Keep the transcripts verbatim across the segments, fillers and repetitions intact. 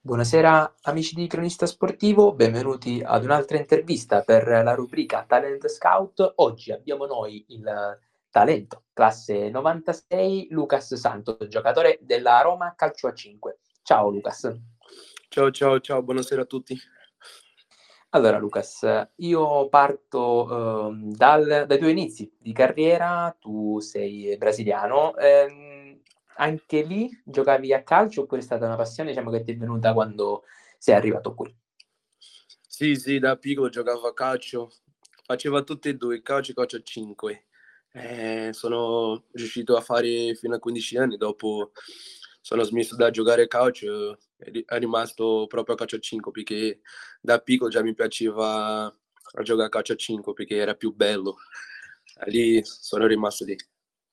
Buonasera amici di Cronista Sportivo, benvenuti ad un'altra intervista per la rubrica Talent Scout. Oggi abbiamo noi il talento, classe novantasei, Lucas Santos, giocatore della Roma Calcio a cinque. Ciao Lucas. Ciao ciao ciao, buonasera a tutti. Allora Lucas, io parto ehm, dal- dai tuoi inizi di carriera, tu sei brasiliano, ehm, anche lì giocavi a calcio oppure è stata una passione, diciamo, che ti è venuta quando sei arrivato qui? Sì, sì, da piccolo giocavo a calcio, faceva tutti e due, calcio e calcio a cinque. Eh, sono riuscito a fare fino a quindici anni, dopo sono smesso da giocare a calcio e ri- è rimasto proprio a calcio a cinque perché da piccolo già mi piaceva a giocare a calcio a cinque perché era più bello. E lì sono rimasto lì.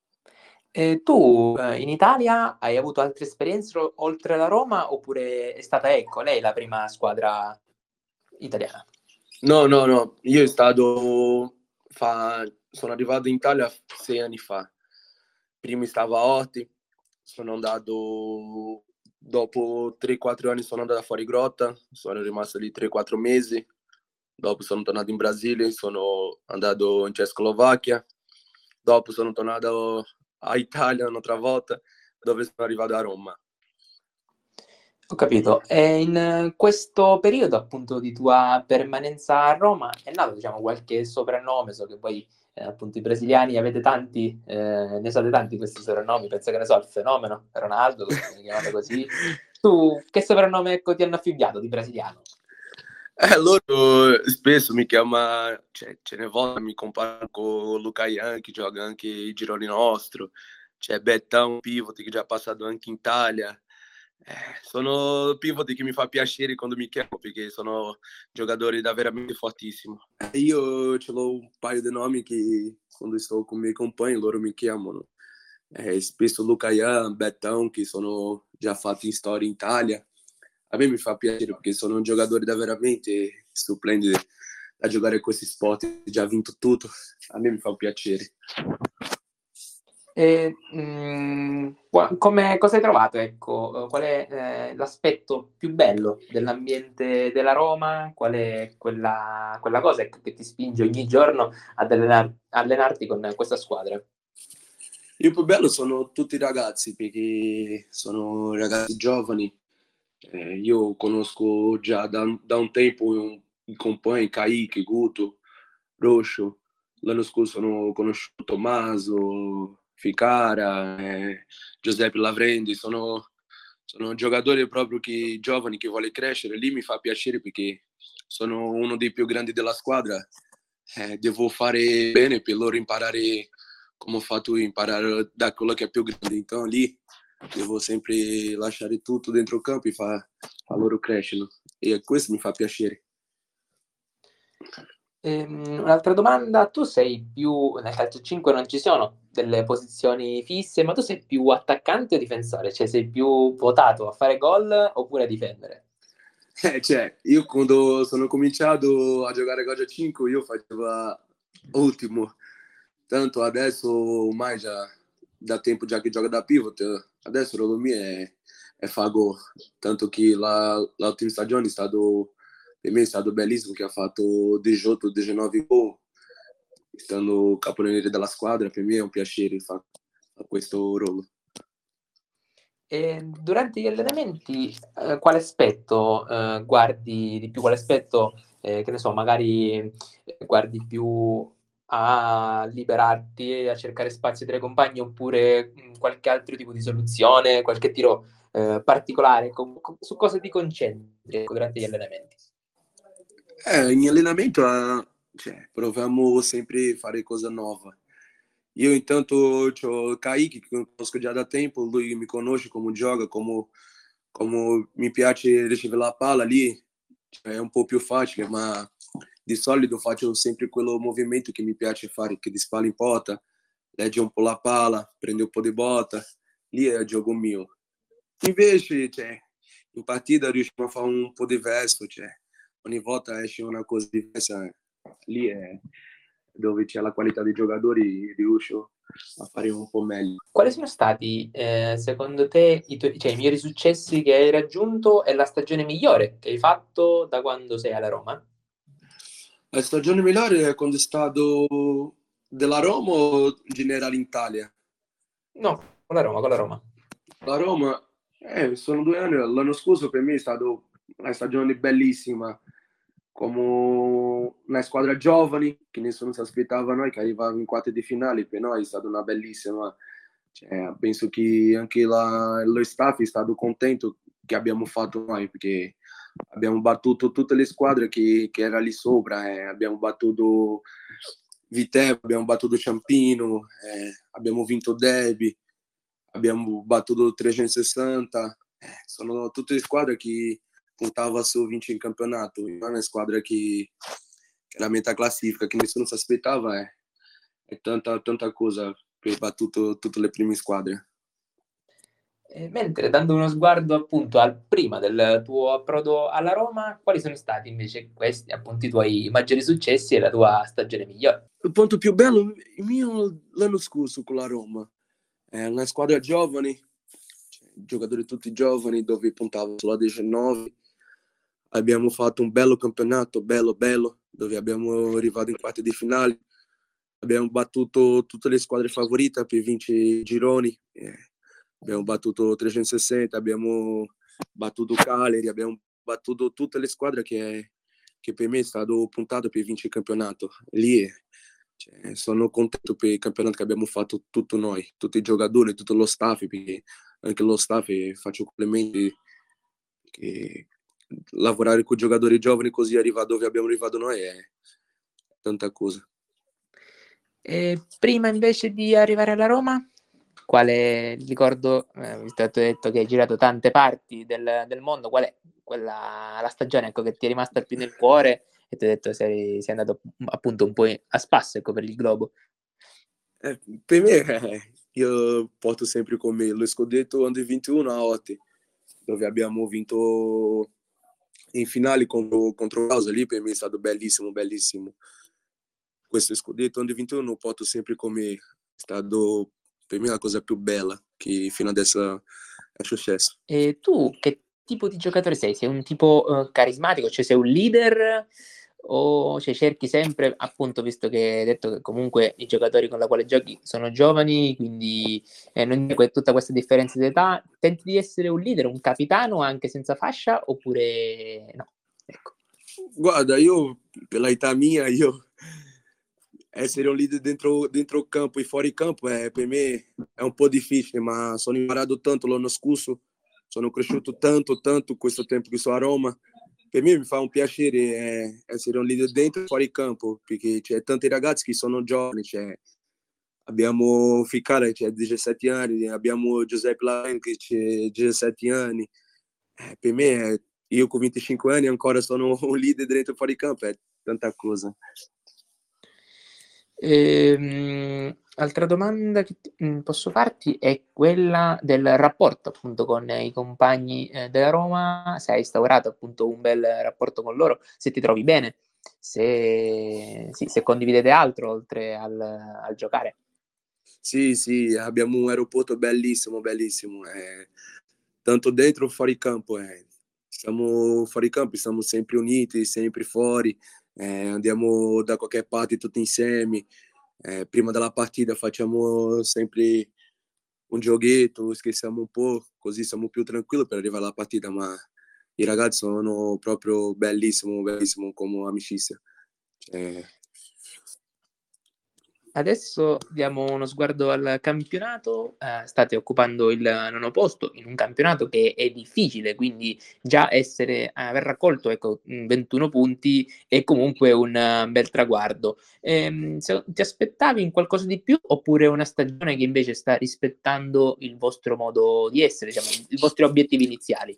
E tu eh, in Italia hai avuto altre esperienze o- oltre la Roma oppure è stata, ecco, lei la prima squadra italiana? No, no, no, io è stato fa... sono arrivato in Italia sei anni fa. Prima stavo a Orti, sono andato dopo tre quattro anni sono andato fuori grotta, sono rimasto lì tre quattro mesi. Dopo sono tornato in Brasile, sono andato in Cecoslovacchia. Dopo sono tornato a Italia un'altra volta, dove sono arrivato a Roma. Ho capito. E in questo periodo appunto di tua permanenza a Roma è nato, diciamo, qualche soprannome? So che voi eh, appunto i brasiliani avete tanti, eh, ne usate tanti questi soprannomi, penso che ne so, il fenomeno, Ronaldo, così viene chiamato così. Tu che soprannome, ecco, ti hanno affibbiato di brasiliano? Eh, loro spesso mi chiama, cioè, ce ne vogliono, mi comparano con Luca Ian, che gioca anche i gironi nostro, c'è Betta, un pivot che già è passato anche in Italia. Eh, sono pivot che mi fa piacere quando mi chiamo, perché sono giocatori da veramente fortissimo. Eh, io ce l'ho un paio di nomi che quando sto con i miei compagni loro mi chiamano. Eh, spesso Luca Ian, Bettão, che sono già fatti in storia in Italia. A me mi fa piacere perché sono un giocatore da veramente splendidi a giocare a questi sport, già vinto tutto, a me mi fa piacere. E, mh, qua- come, cosa hai trovato, ecco, eh, qual è eh, l'aspetto più bello dell'ambiente della Roma? Qual è quella, quella cosa, ecco, che ti spinge ogni giorno ad allenar- allenarti con questa squadra? Il più bello sono tutti i ragazzi perché sono ragazzi giovani. Eh, io conosco già da, da un tempo un, i compagni Kaique, Guto, Roscio. L'anno scorso ho conosciuto Tommaso, Ficara, eh, Giuseppe Lavrendi. Sono, sono giocatori proprio che, giovani che vuole crescere. Lì mi fa piacere perché sono uno dei più grandi della squadra. Eh, devo fare bene per loro imparare come ho fatto io, imparare da quello che è più grande. Então lì devo sempre lasciare tutto dentro il campo e fa, fa loro crescere. E questo mi fa piacere. Ehm, un'altra domanda, tu sei più, nel calcio cinque non ci sono delle posizioni fisse, ma tu sei più attaccante o difensore? Cioè sei più votato a fare gol oppure a difendere? Eh, cioè, io quando sono cominciato a giocare a calcio a cinque io facevo ultimo, tanto adesso ormai già da tempo già che gioco da pivot, adesso il ruolo mio è, è fare gol, tanto che la, l'ultima stagione è stato, per me è stato bellissimo, che ha fatto diciotto diciannove gol, stando caponiere della squadra, per me è un piacere fare questo ruolo. E durante gli allenamenti, eh, quale aspetto eh, guardi di più? Quale aspetto, eh, che ne so, magari eh, guardi più a liberarti, a cercare spazio tra i compagni, oppure mh, qualche altro tipo di soluzione, qualche tiro eh, particolare? Com- com- su cosa ti concentri, ecco, durante gli allenamenti? Eh, in allenamento eh, cioè, proviamo sempre a fare cosa nuova. Io intanto ho Kaique, che conosco già da tempo, lui mi conosce come gioca, come, come mi piace ricevere la palla lì, cioè, è un po' più facile, ma di solito faccio sempre quello movimento che mi piace fare, che di spalla in porta, legge un po' la palla, prende un po' di botta, lì è il gioco mio. Invece, cioè, in partita riusciamo a fare un po' diverso, cioè, ogni volta esce una cosa diversa, lì è dove c'è la qualità dei giocatori, riesco, a fare un po' meglio. Quali sono stati, eh, secondo te, i, tuoi, cioè, i migliori successi che hai raggiunto e la stagione migliore che hai fatto da quando sei alla Roma? La stagione migliore è quando è stato della Roma o in generale in Italia? No, con la Roma, con la Roma. La Roma, eh, sono due anni, l'anno scorso per me è stata una stagione bellissima, come una squadra giovane che nessuno si aspettava noi, che arrivava in quarti di finale, per noi è stata una bellissima, cioè, penso che anche la, lo staff è stato contento che abbiamo fatto noi, perché abbiamo battuto tutte le squadre che, che erano lì sopra, eh. Abbiamo battuto Vitesse, abbiamo battuto Ciampino, eh, abbiamo vinto Derby, abbiamo battuto trecentosessanta, eh, sono tutte le squadre che puntava su vincere il campionato, non è una squadra che, che è la metà classifica, che nessuno si aspettava, è, è tanta, tanta cosa per battuto tutte le prime squadre. Eh, mentre dando uno sguardo appunto al prima del tuo approdo alla Roma, quali sono stati invece questi appunto i tuoi maggiori successi e la tua stagione migliore? Il punto più bello mio l'anno scorso con la Roma, è una squadra giovane, cioè, giocatori tutti giovani dove puntavo sulla diciannove. Abbiamo fatto un bello campionato, bello bello, dove abbiamo arrivato in quarti di finale. Abbiamo battuto tutte le squadre favorite per vincere i gironi. Eh, abbiamo battuto trecentosessanta, abbiamo battuto Cagliari, abbiamo battuto tutte le squadre che, che per me è stato puntato per vincere il campionato. Lì cioè, sono contento per il campionato che abbiamo fatto tutto noi, tutti i giocatori, tutto lo staff, perché anche lo staff faccio complimenti che lavorare con giocatori giovani così arrivare dove abbiamo arrivato noi è tanta cosa. E prima invece di arrivare alla Roma, quale ricordo, eh, visto che tu hai detto che hai girato tante parti del, del mondo, qual è quella, la stagione ecco, che ti è rimasta più nel cuore e ti hai detto sei, sei andato appunto un po' a spasso ecco, per il globo? Eh, per me, eh, io porto sempre con me lo scudetto Under ventuno a Otti, dove abbiamo vinto in finale contro, contro Causa. Lì per me è stato bellissimo, bellissimo. Questo scudetto Under ventuno lo porto sempre con me. È stato per me la cosa più bella che fino adesso è successo. E tu che tipo di giocatore sei? Sei un tipo uh, carismatico, cioè sei un leader o cioè, cerchi sempre, appunto, visto che hai detto che comunque i giocatori con la quale giochi sono giovani, quindi eh, non c'è tutta questa differenza di età, tenti di essere un leader, un capitano anche senza fascia oppure no? Ecco. Guarda, io per l'età mia, io essere un leader dentro, dentro il campo e fuori campo è, per me è un po' difficile, ma sono imparato tanto l'anno scorso, sono cresciuto tanto, tanto questo tempo che sono a Roma. Per me mi fa un piacere eh, essere un leader dentro e fuori campo, perché c'è tanti ragazzi che sono giovani, cioè, abbiamo Ficare che ha diciassette anni, abbiamo Giuseppe Lain che ha diciassette anni. Eh, per me, io con venticinque anni ancora sono un leader dentro e fuori campo, è tanta cosa. Ehm, altra domanda che ti- mh, posso farti è quella del rapporto appunto con i compagni eh, della Roma, se hai instaurato appunto un bel rapporto con loro, se ti trovi bene, se, sì, se condividete altro oltre al, al giocare. Sì, sì, abbiamo un aeroporto bellissimo, bellissimo, eh, tanto dentro e fuori campo. Eh. Siamo fuori campo, siamo sempre uniti, sempre fuori, eh, andiamo da qualche parte tutti insieme. Eh, prima della partita facciamo sempre un giochetto, scherziamo un po', così siamo più tranquilli per arrivare alla partita, ma i ragazzi sono proprio bellissimo, bellissimo come amicizia. Cioè, Adesso diamo uno sguardo al campionato, eh, state occupando il nono posto in un campionato che è difficile, quindi già essere, aver raccolto ecco, ventuno punti è comunque un uh, bel traguardo. Ehm, se, ti aspettavi in qualcosa di più oppure una stagione che invece sta rispettando il vostro modo di essere, diciamo, i vostri obiettivi iniziali?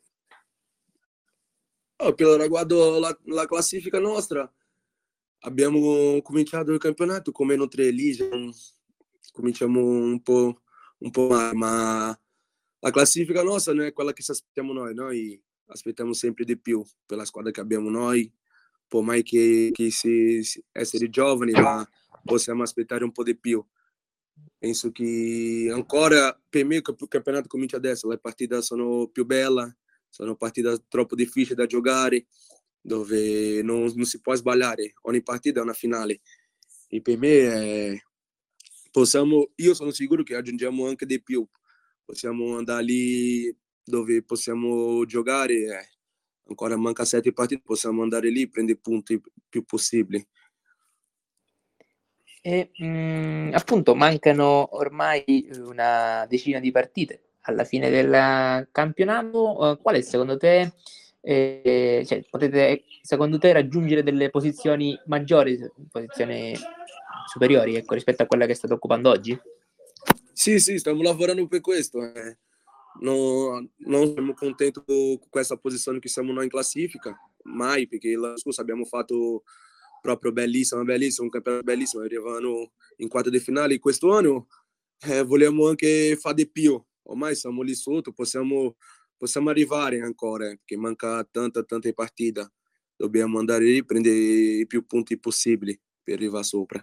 oh, per riguardo la, la classifica nostra, abbiamo cominciato il campionato con meno tre lì, cominciamo un po', un po' male, ma la classifica nostra non è quella che ci aspettiamo noi, noi aspettiamo sempre di più per la squadra che abbiamo noi, può mai che, che si, si- essere giovani, ma possiamo aspettare un po' di più. Penso che ancora, per me, il campionato comincia adesso, le partite sono più belle, sono partite troppo difficili da giocare, dove non, non si può sbagliare, ogni partita è una finale. E per me eh, possiamo, io sono sicuro che aggiungiamo anche di più, possiamo andare lì dove possiamo giocare, eh, ancora manca sette partite, possiamo andare lì e prendere i punti più possibili. E mh, appunto mancano ormai una decina di partite alla fine del campionato. Uh, qual è secondo te, eh, cioè, potete secondo te raggiungere delle posizioni maggiori, posizioni superiori, ecco, rispetto a quella che state occupando oggi? Sì, sì, stiamo lavorando per questo. Eh. Non, non siamo contenti con questa posizione che siamo noi in classifica, mai, perché l'anno scorso abbiamo fatto proprio bellissimo, bellissimo, un campionato bellissimo, arrivano in quarto di finale. Questo anno eh, vogliamo anche fare di più, ormai siamo lì sotto, possiamo, possiamo arrivare ancora, perché manca tanta, tanta partita. Dobbiamo andare lì e prendere i più punti possibili per arrivare sopra.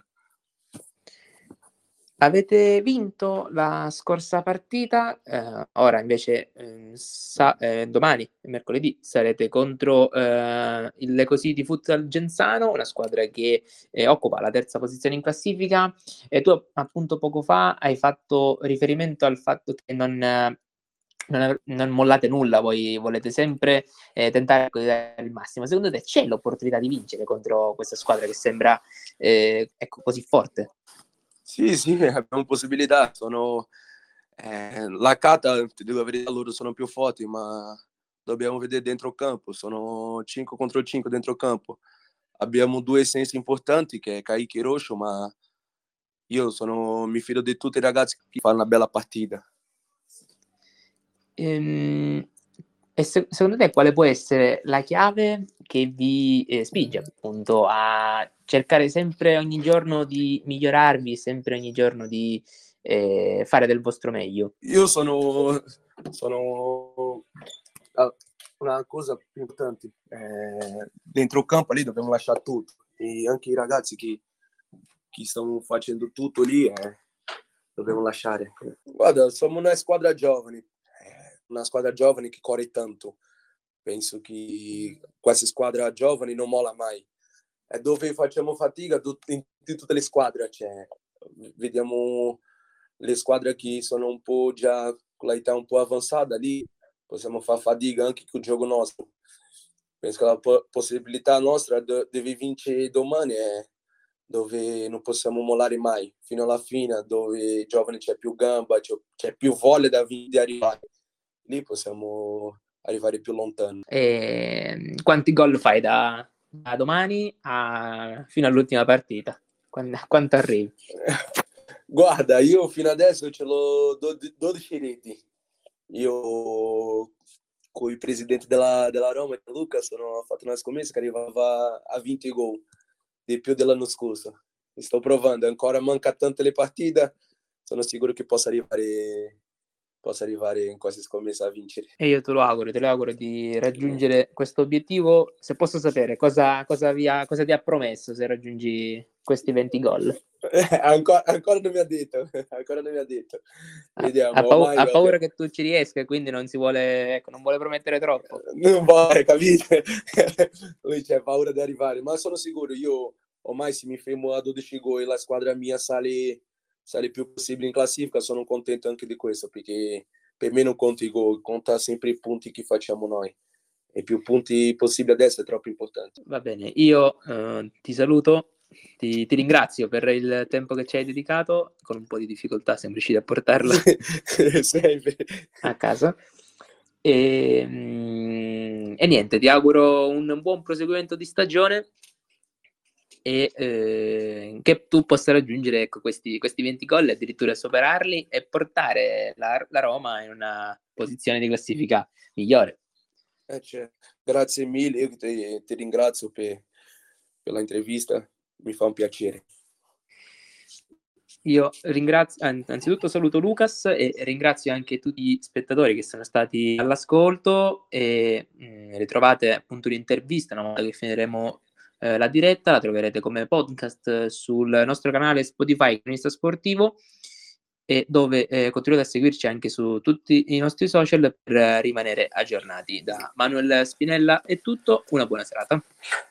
Avete vinto la scorsa partita, eh, ora invece eh, sa- eh, domani, mercoledì, sarete contro eh, il Lecositi Futsal Genzano, una squadra che eh, occupa la terza posizione in classifica, e tu appunto poco fa hai fatto riferimento al fatto che non, eh, non, non mollate nulla, voi volete sempre eh, tentare di dare il massimo. Secondo te c'è l'opportunità di vincere contro questa squadra che sembra eh, ecco, così forte? Sì, sì, abbiamo possibilità. Sono, eh, la Cata, ti devo verità, loro sono più forti, ma dobbiamo vedere dentro il campo. Sono cinque contro cinque dentro il campo. Abbiamo due essenze importanti, che è Kaique e Roscio, ma io sono, mi fido di tutti i ragazzi che fanno una bella partita. Ehm, e se- secondo te quale può essere la chiave che vi eh, spinge appunto a cercare sempre ogni giorno di migliorarvi, sempre ogni giorno di eh, fare del vostro meglio? Io sono, sono una cosa più importante. Eh, dentro il campo lì dobbiamo lasciare tutto. E anche i ragazzi che, che stanno facendo tutto lì eh, dobbiamo lasciare. Guarda, siamo una squadra giovane, una squadra giovane che corre tanto. Penso che questa squadra giovane non molla mai. È dove facciamo fatica in tutte le squadre. Cioè, vediamo le squadre che sono un po' già con l'età un po' avanzata lì, possiamo fare fatica anche con il gioco nostro. Penso che la po- possibilità nostra de- deve vincere domani è dove non possiamo mollare mai, fino alla fine, dove i giovani c'è più gamba, c'è, c'è più voglia da vi- di arrivare. Lì possiamo arrivare più lontano. E quanti gol fai da, da domani a, fino all'ultima partita? Quando, quanto arrivi? Guarda, io fino adesso ce l'ho dodici reti. Io con il presidente della, della Roma, Luca, sono fatto una scommessa che arrivava a venti gol di più dell'anno scorso. Sto provando, ancora manca tante le partite, sono sicuro che possa arrivare, possa arrivare in questa scommessa a vincere. E io te lo auguro, te lo auguro di raggiungere questo obiettivo. Se posso sapere cosa, cosa, vi ha, cosa ti ha promesso se raggiungi questi venti gol? Eh, ancora, ancora non mi ha detto, ancora non mi ha detto. Ha, ha, Vediamo, pau- ormai ha paura vabbè. che tu ci riesca, quindi non si vuole, ecco, non vuole promettere troppo. Non vuole, capite? Lui c'è paura di arrivare, ma sono sicuro, io ormai se mi fermo a dodici gol e la squadra mia sale, sale più possibile in classifica, sono contento anche di questo, perché per me non conta i gol, conta sempre i punti che facciamo noi. E più punti possibili adesso è troppo importante. Va bene, io eh, ti saluto, ti, ti ringrazio per il tempo che ci hai dedicato, con un po' di difficoltà siamo riusciti a portarlo Sempre. a casa. E, mm, e niente, ti auguro un buon proseguimento di stagione e eh, che tu possa raggiungere ecco, questi, questi venti gol, addirittura superarli e portare la, la Roma in una posizione di classifica migliore. Eh, cioè, grazie mille, io ti, ti ringrazio per, per l'intervista, mi fa un piacere. Io ringrazio, anzitutto saluto Lucas e ringrazio anche tutti gli spettatori che sono stati all'ascolto e mh, ritrovate appunto l'intervista una volta che finiremo eh, la diretta, la troverete come podcast sul nostro canale Spotify Cronista Sportivo e dove eh, continuate a seguirci anche su tutti i nostri social per rimanere aggiornati. Da Manuel Spinella è tutto, una buona serata.